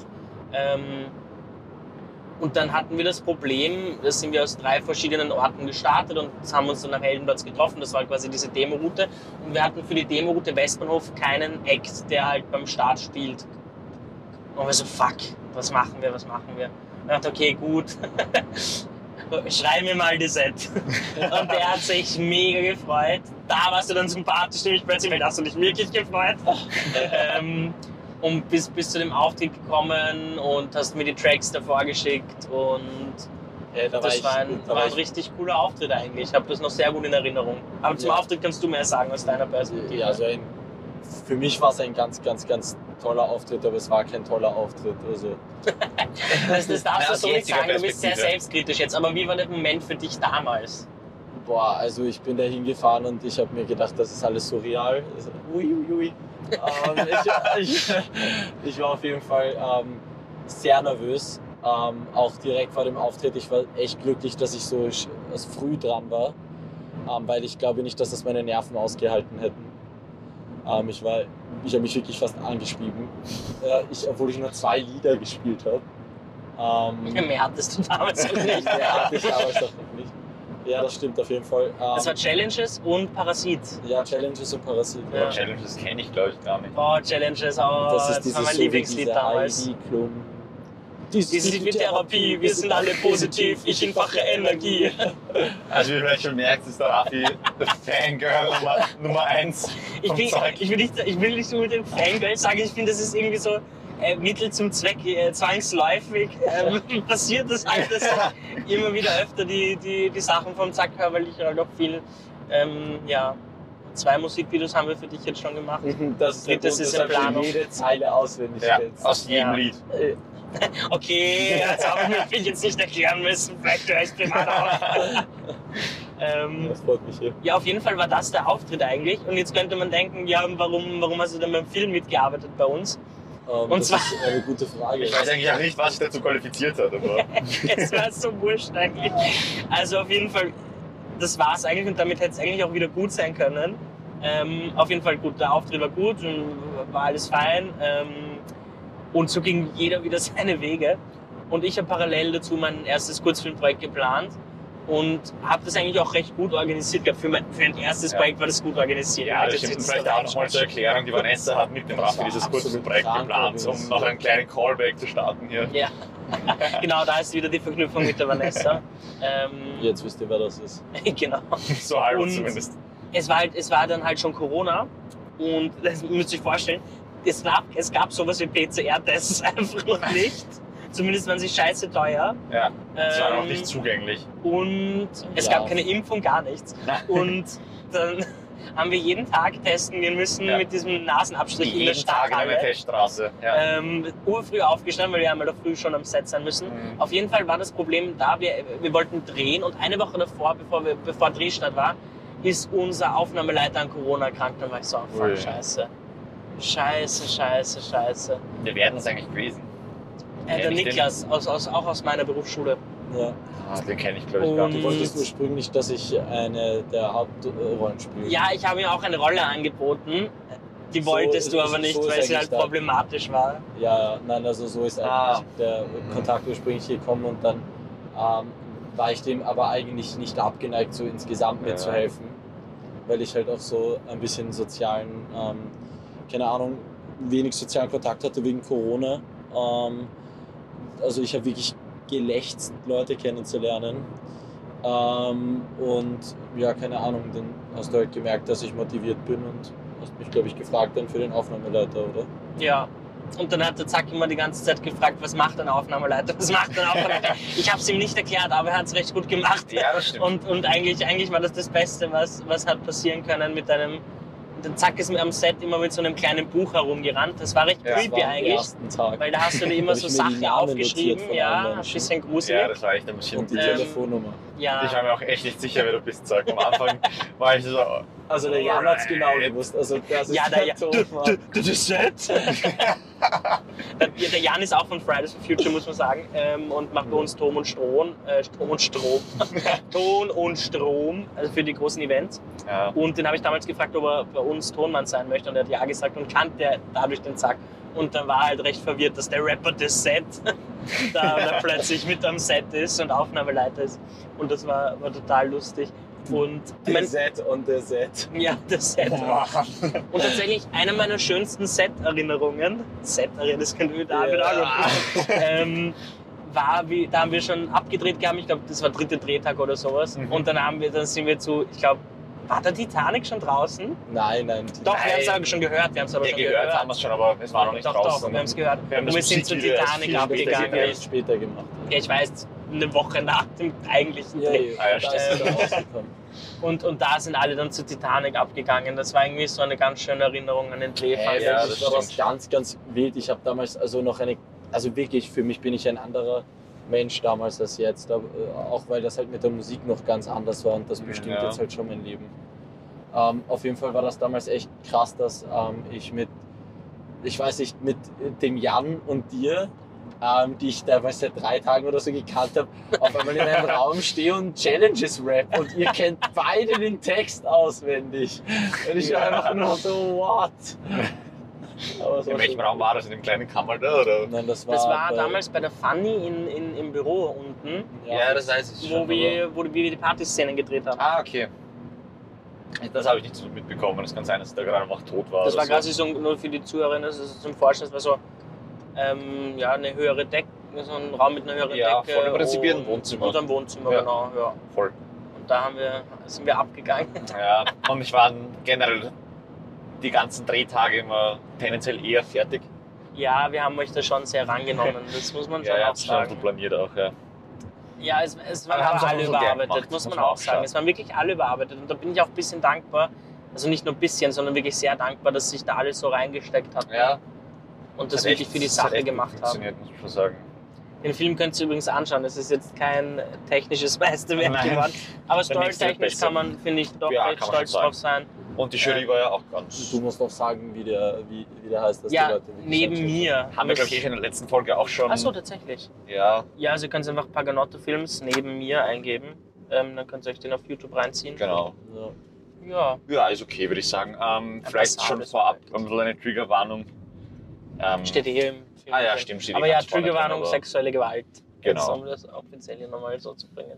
Und dann hatten wir das Problem, da sind wir aus 3 verschiedenen Orten gestartet und haben uns dann am Heldenplatz getroffen. Das war quasi diese Demo-Route. Und wir hatten für die Demo-Route Westbahnhof keinen Act, der halt beim Start spielt. Und wir so, fuck, was machen wir? Und ich dachte, okay, gut, schreiben wir mal die Set. Und der hat sich mega gefreut. Da warst du dann sympathisch, nämlich plötzlich, weil hast du dich wirklich gefreut. Und bis zu dem Auftritt gekommen und hast mir die Tracks davor geschickt und das war ein richtig cooler Auftritt eigentlich. Ich habe das noch sehr gut in Erinnerung. Aber zum Auftritt kannst du mehr sagen aus deiner Perspektive. Ja, also für mich war es ein ganz, ganz, ganz toller Auftritt, aber es war kein toller Auftritt. Also. Das darfst du so nicht sagen, du bist sehr selbstkritisch jetzt. Aber wie war der Moment für dich damals? Boah, also ich bin da hingefahren und ich habe mir gedacht, das ist alles surreal. Also, ui. Ich war auf jeden Fall sehr nervös, auch direkt vor dem Auftritt. Ich war echt glücklich, dass ich so früh dran war, weil ich glaube nicht, dass das meine Nerven ausgehalten hätten. Ich habe mich wirklich fast angeschrieben, obwohl ich nur 2 Lieder gespielt habe. Mehr hattest du damals noch nicht. Ja, hatte ich damals noch nicht. Ja, das stimmt auf jeden Fall. Das war Challenges und Parasit. Ja, Challenges und Parasit. Ja. Challenges kenne ich, glaube ich, gar nicht. Oh, Challenges, oh, Das ist war mein Lieblingslied damals. Heidi-Klum. Dies ist die Therapie, wir sind alle positiv, ich in fache Energie. Also wie ihr vielleicht schon merkt, ist der Raffi der Fangirl Nummer 1 Ich will nicht so mit dem Fangirl sagen, ich finde, das ist irgendwie so Mittel zum Zweck, zwangsläufig passiert das halt, dass ich immer wieder öfter die Sachen vom Zack höre, weil ich halt auch viel, 2 Musikvideos haben wir für dich jetzt schon gemacht. Das ist Drittes ist in Planung. jede Zeile auswendig Ja, kennst. aus jedem Ja. Lied. Okay, das habe ich mir jetzt nicht erklären müssen, vielleicht höre ich es privat auf. Das freut mich hier. Ja, auf jeden Fall war das der Auftritt eigentlich. Und jetzt könnte man denken, ja, warum hast du denn beim Film mitgearbeitet bei uns? Und das zwar- ist eine gute Frage. Ich weiß eigentlich auch nicht, was sich dazu qualifiziert hat, aber Es war so wurscht eigentlich. Also auf jeden Fall, das war es eigentlich und damit hätte es eigentlich auch wieder gut sein können. Auf jeden Fall gut, der Auftritt war gut und war alles fein. Und so ging jeder wieder seine Wege. Und ich habe parallel dazu mein erstes Kurzfilmprojekt geplant und habe das eigentlich auch recht gut organisiert gehabt. Für ein erstes Ja. Projekt war das gut organisiert. ja, das Jetzt stimmt. jetzt Vielleicht so auch nochmal zur Erklärung, die Vanessa hat mit dem Das Raffi war dieses absolut kurze Projekt krank geplant, um organisiert. noch einen kleinen Callback zu starten hier. Ja, genau, da ist wieder die Verknüpfung mit der Vanessa. Jetzt wisst ihr, wer das ist. Genau. So halb Und- zumindest. Es war dann halt schon Corona und das müsst ihr euch vorstellen, es gab sowas wie PCR-Tests einfach noch nicht. Zumindest waren sie scheiße teuer. Ja, das war noch Ähm, nicht zugänglich. Und es Ja. gab keine Impfung, gar nichts. Und dann haben wir jeden Tag testen gehen müssen Ja. mit diesem Nasenabstrich in der Jeden Tag in einer Stadthalle. Teststraße. Ja. Urfrüh aufgestanden, weil wir einmal da früh schon am Set sein müssen. Mhm. Auf jeden Fall war das Problem da, wir wollten drehen und eine Woche davor, bevor Drehstart war, ist unser Aufnahmeleiter an Corona erkrankt. Dann war ich so, fuck, Ui. Scheiße. Scheiße. Wir werden es eigentlich gewesen. Der Kenn ich den? Niklas, auch aus meiner Berufsschule. Ja. Ah, den kenne ich, glaube ich, gar Und- Du nicht. wolltest ursprünglich, dass ich eine der Hauptrollen spiele. Ja, ich habe ihm auch eine Rolle angeboten. Die So wolltest du ist- aber nicht, so ist weil sie eigentlich halt da. problematisch war. Ja, nein, also so ist eigentlich Ah. der Kontakt ursprünglich gekommen und dann war ich dem aber eigentlich nicht abgeneigt, so insgesamt Ja. mitzuhelfen, weil ich halt auch so ein bisschen sozialen, keine Ahnung, wenig sozialen Kontakt hatte wegen Corona. Also ich habe wirklich gelächzt, Leute kennenzulernen. Und ja, keine Ahnung, dann hast du halt gemerkt, dass ich motiviert bin und hast mich, glaube ich, gefragt dann für den Aufnahmeleiter, oder? Ja. Und dann hat der Zack immer die ganze Zeit gefragt, was macht ein Aufnahmeleiter, was macht ein Aufnahmeleiter. Ich habe es ihm nicht erklärt, aber er hat es recht gut gemacht. Ja, das stimmt. Und eigentlich war das Beste, was hat passieren können mit einem... Der Zack ist am Set immer mit so einem kleinen Buch herumgerannt. Das war recht Ja, creepy Das war am eigentlich. ersten Tag. Weil da hast du dir immer Hab so ich mir die Sachen Namen aufgeschrieben. notiert von Ja, allen ein Menschen. bisschen Ja, gruselig. das war echt ein bisschen. Und die Ähm, Telefonnummer. Ja. Ich war mir auch echt nicht sicher, wer du bist. Sag. Am Anfang war ich so. Also der Jan hat es genau gewusst. Also das ist Ja, der Jan. Thomas. Das Set? Der Jan ist auch von Fridays for Future, muss man sagen, und macht bei uns Ton und Strom, Ton und Strom, also für die großen Events. Ja. Und den habe ich damals gefragt, ob er bei uns Tonmann sein möchte, und er hat ja gesagt und kannte dadurch den Zack. Und dann war er halt recht verwirrt, dass der Rapper des Set da plötzlich mit am Set ist und Aufnahmeleiter ist. Und das war total lustig. Und Der Set und der Set. ja, das Set. Boah. Und tatsächlich eine meiner schönsten Set-Erinnerungen, das könnt ihr da Ja. wieder da haben wir schon abgedreht gehabt, ich glaube, das war 3. Drehtag oder sowas. Mhm. Und dann sind wir ich glaube, war der Titanic schon draußen? Nein. Doch, wir haben es aber schon gehört. Ja, gehört haben wir es schon, aber es war noch nicht Doch, draußen. wir haben es gehört. Wir haben Und wir das sind zur Musikvideo erst Titanic viel später abgegangen. gesehen. erst später gemacht. Ja, ich weiß, eine Woche nach dem eigentlichen Dreh. Ah, ja, da ist stimmt. er rausgekommen. Und da sind alle dann zur Titanic abgegangen. Das war irgendwie so eine ganz schöne Erinnerung an den Dreh. fand Ja, ich. das das war was stimmt. ganz, ganz wild. Ich habe damals also wirklich, für mich bin ich ein anderer Mensch damals als jetzt. Auch weil das halt mit der Musik noch ganz anders war und das bestimmt Ja. jetzt halt schon mein Leben. Auf jeden Fall war das damals echt krass, dass ich mit dem Jan und dir, die ich damals seit 3 Tagen oder so gekannt habe, auf einmal in einem Raum stehe und Challenges rap und ihr kennt beide den Text auswendig. Und ich war Ja. einfach nur so, what? Aber es In war welchem schon Raum cool. war das? In dem kleinen Kammer da? Oder? Nein, das war, Das war bei- damals bei der Funny im Büro unten, Das weiß ich wo wir die Partyszenen gedreht haben. Ah, okay. Das habe ich nicht so mitbekommen. Es kann sein, dass der gerade noch tot war. Das oder war quasi so, nur für die Zuhörerinnen, das ist zum Vorstellen, das war so eine höhere Decke, so ein Raum mit einer höheren Ja, Decke. voll. Im Prinzip wie ein und- Wohnzimmer. Und ein Wohnzimmer, Ja. genau, ja. Voll. Und da sind wir abgegangen. Ja, und ich war generell die ganzen Drehtage immer tendenziell eher fertig. Ja, wir haben euch da schon sehr rangenommen, das muss man schon Ja, auch schon so sagen. planiert auch, ja. Ja, es waren Aber haben aber sie auch alle so gern überarbeitet, gemacht, muss man muss man auch auch sagen. sagen. Es waren wirklich alle überarbeitet und da bin ich auch ein bisschen dankbar, also nicht nur ein bisschen, sondern wirklich sehr dankbar, dass sich da alles so reingesteckt hat Ja, und das hat wirklich echt- für die das hat Sache echt gut gemacht haben. funktioniert, muss ich schon sagen. Den Film könnt ihr übrigens anschauen, es ist jetzt kein technisches Meisterwerk Nein. geworden, aber Der nächste wird storytechnisch besser. kann man, finde ich, doch Ja, recht kann man stolz schon drauf sein. Und die Jury war ja auch ganz... Du musst auch sagen, wie der heißt, dass die Ja, Leute wirklich neben anschauen. mir. Haben wir, glaube ich, in der letzten Folge auch schon... Achso, tatsächlich. Ja, Ja, also ihr könnt einfach Paganotto Films neben mir eingeben. Dann könnt ihr euch den auf YouTube reinziehen. genau. Ja. Ja, Ja, ist okay, würde ich sagen. Vielleicht schon passabel. vorab ein bisschen eine Triggerwarnung. steht hier im Film. Ah ja, drin. stimmt, steht Aber eh ja, ganz vorne drin, Triggerwarnung, aber- sexuelle Gewalt. Genau. Jetzt, um das offiziell hier nochmal so zu bringen.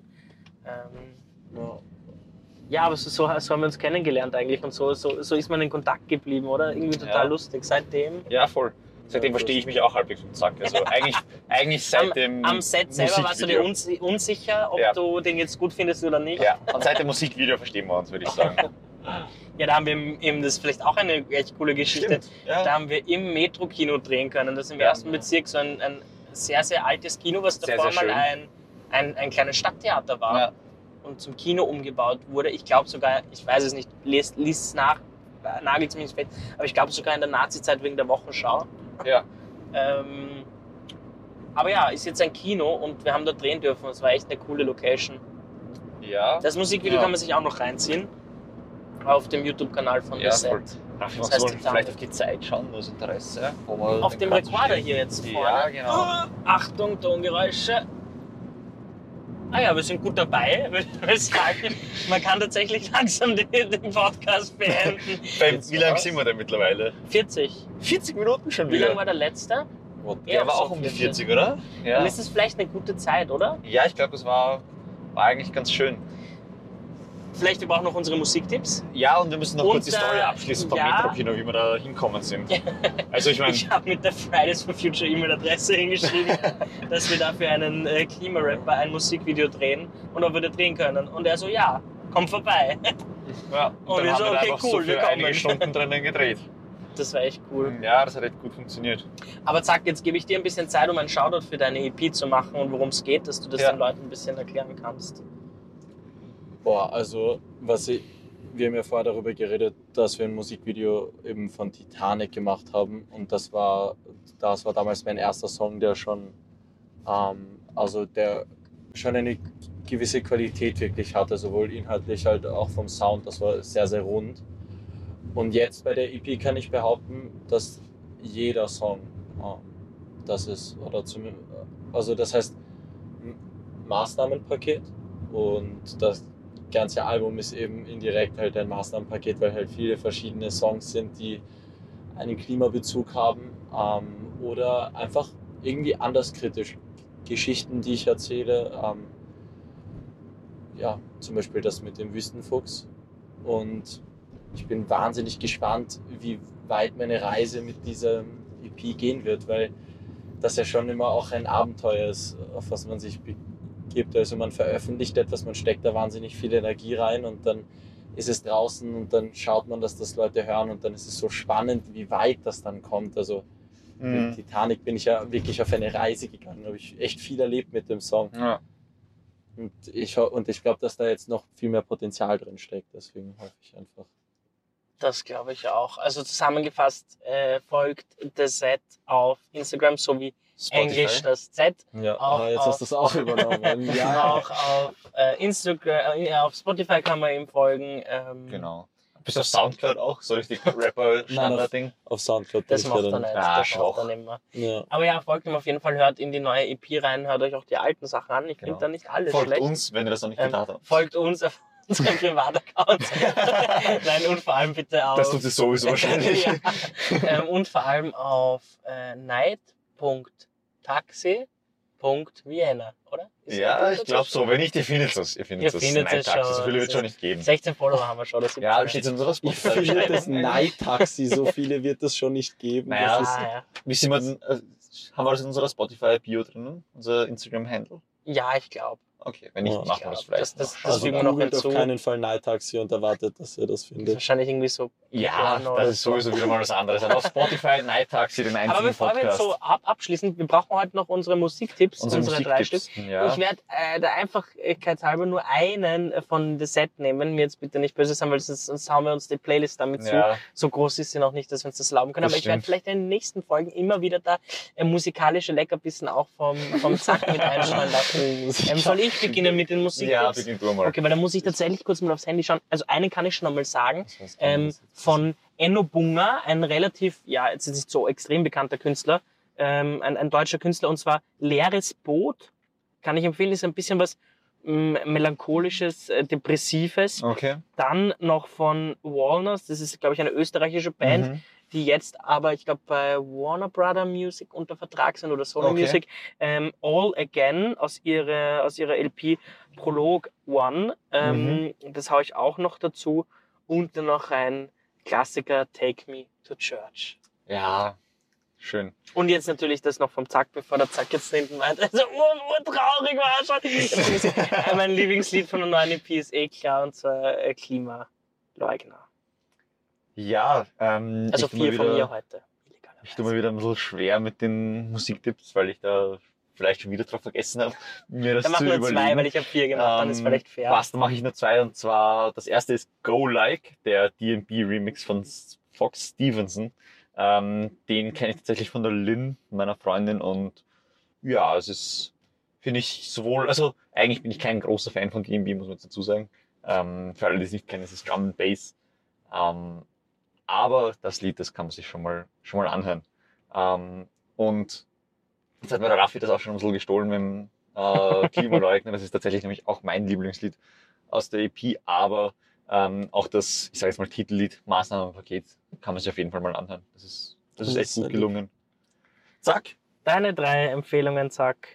Ja. Ja, aber so haben wir uns kennengelernt eigentlich und so ist man in Kontakt geblieben, oder? Irgendwie total Ja. lustig. Seitdem. Ja, voll. Seitdem Ja, verstehe ich mich auch halbwegs im Zack. Also eigentlich seit dem Am Set selber warst du dir Musikvideo. unsicher, ob Ja. du den jetzt gut findest oder nicht. Ja, und seit dem Musikvideo verstehen wir uns, würde ich sagen. Ja, da haben wir eben, das ist vielleicht auch eine echt coole Geschichte, Ja. da haben wir im Metro-Kino drehen können. Das ist im Ja. ersten Bezirk so ein sehr, sehr altes Kino, was Sehr, davor sehr mal ein kleines Stadttheater war Ja. und zum Kino umgebaut wurde. Ich glaube sogar, ich weiß es nicht, liest es nach, nagelt es mich nicht fest, aber ich glaube sogar in der Nazi-Zeit wegen der Wochenschau. Ja. Aber ja, ist jetzt ein Kino und wir haben da drehen dürfen. Es war echt eine coole Location. Ja. Das Musikvideo Ja. kann man sich auch noch reinziehen. Auf dem YouTube-Kanal von Ja, The Set. voll. Darf ich Das mal heißt, so Titan. vielleicht auf die Zeit schauen, aus Interesse? Wo wir Auf den dem Platz Rekorder stehen? hier jetzt vorne. Ja, genau. Achtung, Tongeräusche. Ah ja, wir sind gut dabei, würde ich sagen. Man kann tatsächlich langsam den Podcast beenden. Wie lange sind wir denn mittlerweile? 40. 40 Minuten schon Wie wieder. lange war der letzte? What? Ja, Der war so auch um die 40. 40, oder? Ja. Dann ist es vielleicht eine gute Zeit, oder? Ja, ich glaube, das war eigentlich ganz schön. Vielleicht wir brauchen noch unsere Musiktipps. Ja, und wir müssen noch Und, kurz die Story abschließen vom ja. Metro-Kino, wie wir da hinkommen sind. Also ich meine, Ich habe mit der Fridays for Future E-Mail-Adresse hingeschrieben, dass wir dafür einen Klimarapper ein Musikvideo drehen und ob wir da drehen können. Und er so, ja, komm vorbei. ja, Und dann wir haben so, wir da okay, einfach cool, so wir für kommen. einige Stunden drinnen gedreht. Das war echt cool. Ja, das hat echt gut funktioniert. Aber zack, jetzt gebe ich dir ein bisschen Zeit, um einen Shoutout für deine EP zu machen und worum es geht, dass du das Ja. den Leuten ein bisschen erklären kannst. Boah, also wir haben ja vorher darüber geredet, dass wir ein Musikvideo eben von Titanic gemacht haben und das war damals mein erster Song, der schon der schon eine gewisse Qualität wirklich hatte, sowohl inhaltlich halt auch vom Sound, das war sehr, sehr rund. Und jetzt bei der EP kann ich behaupten, dass jeder Song das ist, also das heißt ein Maßnahmenpaket und das ganze Album ist eben indirekt halt ein Maßnahmenpaket, weil halt viele verschiedene Songs sind, die einen Klimabezug haben oder einfach irgendwie anders kritisch. Geschichten, die ich erzähle, ja, zum Beispiel das mit dem Wüstenfuchs und ich bin wahnsinnig gespannt, wie weit meine Reise mit dieser EP gehen wird, weil das ja schon immer auch ein Abenteuer ist, auf was man sich begibt. Also man veröffentlicht etwas, man steckt da wahnsinnig viel Energie rein und dann ist es draußen und dann schaut man, dass das Leute hören und dann ist es so spannend, wie weit das dann kommt. Also mit Titanic bin ich ja wirklich auf eine Reise gegangen, habe ich echt viel erlebt mit dem Song. Ja. Und ich glaube, dass da jetzt noch viel mehr Potenzial drin steckt, deswegen hoffe ich einfach. Das glaube ich auch. Also zusammengefasst folgt The Set auf Instagram sowie Englisch das Z. Ja, Auch jetzt hast du es auch übernommen. Ja, Auch auf Instagram, auf Spotify kann man ihm folgen. Genau. Bist du auf Soundcloud auch? So richtig Rapper-Standard-Ding? auf Soundcloud. Das bin ich macht er dann. nicht. Ah, Das schwach. macht er nicht mehr. Ja. Aber ja, folgt ihm auf jeden Fall, hört in die neue EP rein, hört euch auch die alten Sachen an. Ich Genau. finde da nicht alles Folgt schlecht. uns, wenn ihr das noch nicht getan habt. Folgt uns auf unseren Privataccounts. Nein, und vor allem bitte auf... Das tut es sowieso wahrscheinlich. ja, und vor allem auf night.taxi.vienna, oder? Ist Ja, das ich so? glaube so. Wenn nicht, ihr findet es. Ihr findet es. findet es Night Taxi. So schon. viele wird es schon nicht geben. 16 Follower haben wir schon. Das Ja, da steht in unserer Ich Spotify. finde das Night-Taxi, so viele wird es schon nicht geben. Naja, Das ist, ja. Wie sind wir denn, haben wir das in unserer Spotify-Bio drinnen? Unser Instagram-Handle? Ja, ich glaube. Okay, wenn nicht, Ja, machen wir das vielleicht das noch. also also fügen wir noch googelt auf hinzu. keinen Fall Night-Taxi und erwartet, dass ihr das Das ist findet. wahrscheinlich irgendwie so... Ja, Porno oder das ist so. sowieso wieder mal was anderes. Also auf Spotify, Night Taxi, den einzigen Aber bevor wir jetzt Podcast. so abschließen, wir brauchen heute noch unsere Musiktipps, unsere 3 Stück. Ja. Ich werde der Einfachkeitshalber nur einen von The Set nehmen. Mir jetzt bitte nicht böse sein, weil sonst hauen wir uns die Playlist damit zu. Ja. So groß ist sie noch nicht, dass wir uns das erlauben können. Das Aber ich werde stimmt. vielleicht in den nächsten Folgen immer wieder da musikalische Leckerbissen auch vom Zack mit einstreuen lassen. Soll ich beginnen mit den Ja, Musiktipps? beginn du mal. Okay, weil da muss ich tatsächlich kurz mal aufs Handy schauen. Also einen kann ich schon einmal sagen. Von Enno Bunga, ein relativ, ja, jetzt ist nicht so extrem bekannter Künstler, ein deutscher Künstler, und zwar Leeres Boot. Kann ich empfehlen, ist ein bisschen was melancholisches, depressives. Okay. Dann noch von Walnuts, das ist, glaube ich, eine österreichische Band, Mhm. die jetzt aber, ich glaube, bei Warner Brother Music unter Vertrag sind oder Sony Okay. Music. All Again aus ihrer LP Prolog One. Das haue ich auch noch dazu. Und dann noch ein Klassiker, Take Me to Church. Ja, schön. Und jetzt natürlich das noch vom Zack, bevor der Zack jetzt hinten weiter. Also traurig war er schon. Mein Lieblingslied von der neuen EP ist eh klar, und zwar Klimaleugner. Ja, Also ich tu mir 4 von wieder- mir heute. Ich tue mir wieder ein bisschen schwer mit den Musiktipps, weil ich da vielleicht schon wieder drauf vergessen habe, mir das Dann zu machen wir überlegen. 2, weil ich habe 4 gemacht, dann ist vielleicht fair. Passt, dann mache ich nur 2, und zwar das erste ist Go Like, der D&B-Remix von Fox Stevenson. Den kenne ich tatsächlich von der Lynn, meiner Freundin, und ja, es ist, finde ich, sowohl, also eigentlich bin ich kein großer Fan von D&B, muss man jetzt dazu sagen. Für alle, die es nicht kennen, es ist Drum and Bass. Aber das Lied, das kann man sich schon mal anhören. Und jetzt hat mir der Raffi das auch schon ein bisschen gestohlen mit dem Klimaleugner. Das ist tatsächlich nämlich auch mein Lieblingslied aus der EP, aber auch das, ich sage jetzt mal, Titellied Maßnahmenpaket kann man sich auf jeden Fall mal anhören. Das ist echt gut gelungen. Zack. Deine 3 Empfehlungen, Zack.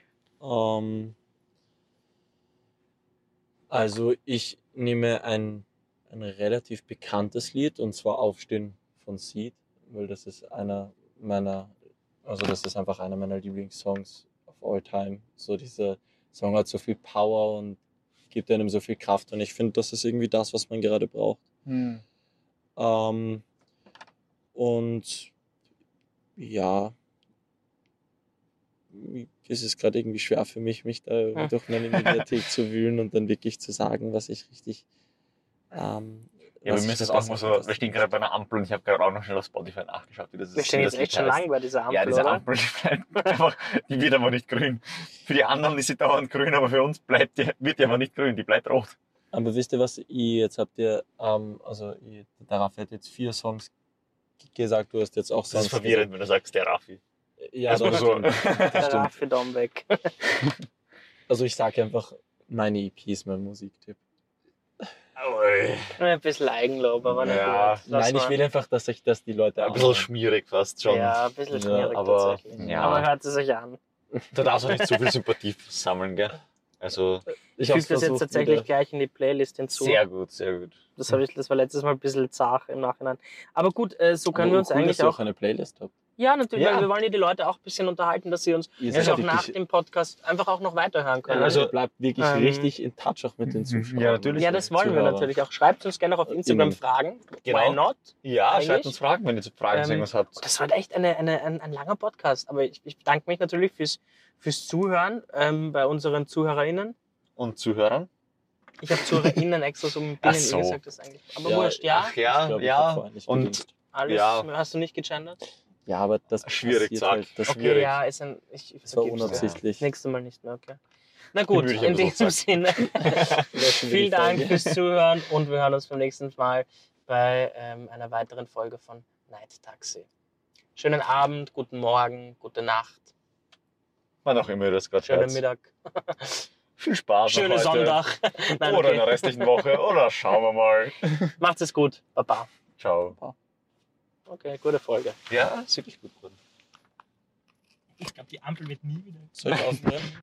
Also ich nehme ein relativ bekanntes Lied, und zwar Aufstehen von Seed, weil das ist einfach einer meiner Lieblingssongs of all time. So dieser Song hat so viel Power und gibt einem so viel Kraft, und ich finde, das ist irgendwie das, was man gerade braucht. Und ja, es ist gerade irgendwie schwer für mich da durch meine Mediathek zu wühlen und dann wirklich zu sagen, was ich richtig... Ja, bei mir ist das auch mal so, wir stehen gerade bei einer Ampel und ich habe gerade auch noch schnell auf Spotify nachgeschaut, wie das Wir stehen wie jetzt das echt Lied schon heißt. lang bei dieser Ampel, Ja, diese oder? Ampel, die wird aber nicht grün. Für die anderen ist sie dauernd grün, aber für uns wird die aber nicht grün, die bleibt rot. Aber wisst ihr was, jetzt habt ihr, der Raffi hat jetzt 4 Songs gesagt, du hast jetzt auch Das Songs ist verwirrend, wenn du sagst, der Raffi. gesagt. Ja, Also das so. stimmt. Das Der stimmt. Raffi Dombeck. Also ich sage einfach, meine EP ist mein Musiktipp. Ein bisschen Eigenlob, aber nicht Ja. gut. Lass Nein, ich mal. will einfach, dass die Leute Ein bisschen schmierig fast schon. Ja, ein bisschen Ja, schwierig aber- tatsächlich. ja. Aber hört es euch an. Da darfst du nicht zu viel Sympathie sammeln, gell? Also, Ich füge das jetzt tatsächlich gleich in die Playlist hinzu. sehr gut, sehr gut. Das war letztes Mal ein bisschen zart im Nachhinein. Aber gut, so können wir uns eigentlich dass ihr auch... eine Playlist habt. Ja, natürlich, Ja. weil wir wollen ja die Leute auch ein bisschen unterhalten, dass sie uns Ihr sich seid auch nach wirklich- dem Podcast einfach auch noch weiterhören können. Also bleibt wirklich Ähm, richtig in Touch auch mit den Zuschauern. Ja, natürlich. Ja, das wollen wir Zuhörer. natürlich auch. Schreibt uns gerne auch auf Instagram Innen. Fragen. Genau. Why not? Ja, Eigentlich? schreibt uns Fragen, wenn ihr zu Fragen zu Ähm, irgendwas habt. Das war echt ein langer Podcast. Aber ich bedanke mich natürlich fürs Zuhören bei unseren ZuhörerInnen. Und Zuhörern? Ich habe ZuhörerInnen extra so mit Ach Binnen so. gesagt, das eigentlich. Aber Ja, wurscht, ja. Ach ja, Ich glaub, ich ja. hab vorher nicht Und gedingst. Alles, ja. hast du nicht gegendert? Ja, aber das Schwierig, passiert sag. halt. Das, Okay. Okay, ja, ist ein. Ich das war vergeb's dir. unabsichtlich. Das nächste Mal nicht mehr, okay. Na gut, würde ich in aber so diesem Sinne, vielen Dank fürs Zuhören und wir hören uns beim nächsten Mal bei einer weiteren Folge von Night Taxi. Schönen Abend, guten Morgen, gute Nacht, Wann auch immer ihr das gerade schönen hört. Mittag. Viel Spaß noch Schönen heute. Sonntag. Nein, Oder in okay. der restlichen Woche. Oder schauen wir mal. Macht's es gut. Baba. Ciao. Okay, gute Folge. Ja, ist wirklich gut geworden. Ich glaube, die Ampel wird nie wieder. Soll ich aufnehmen?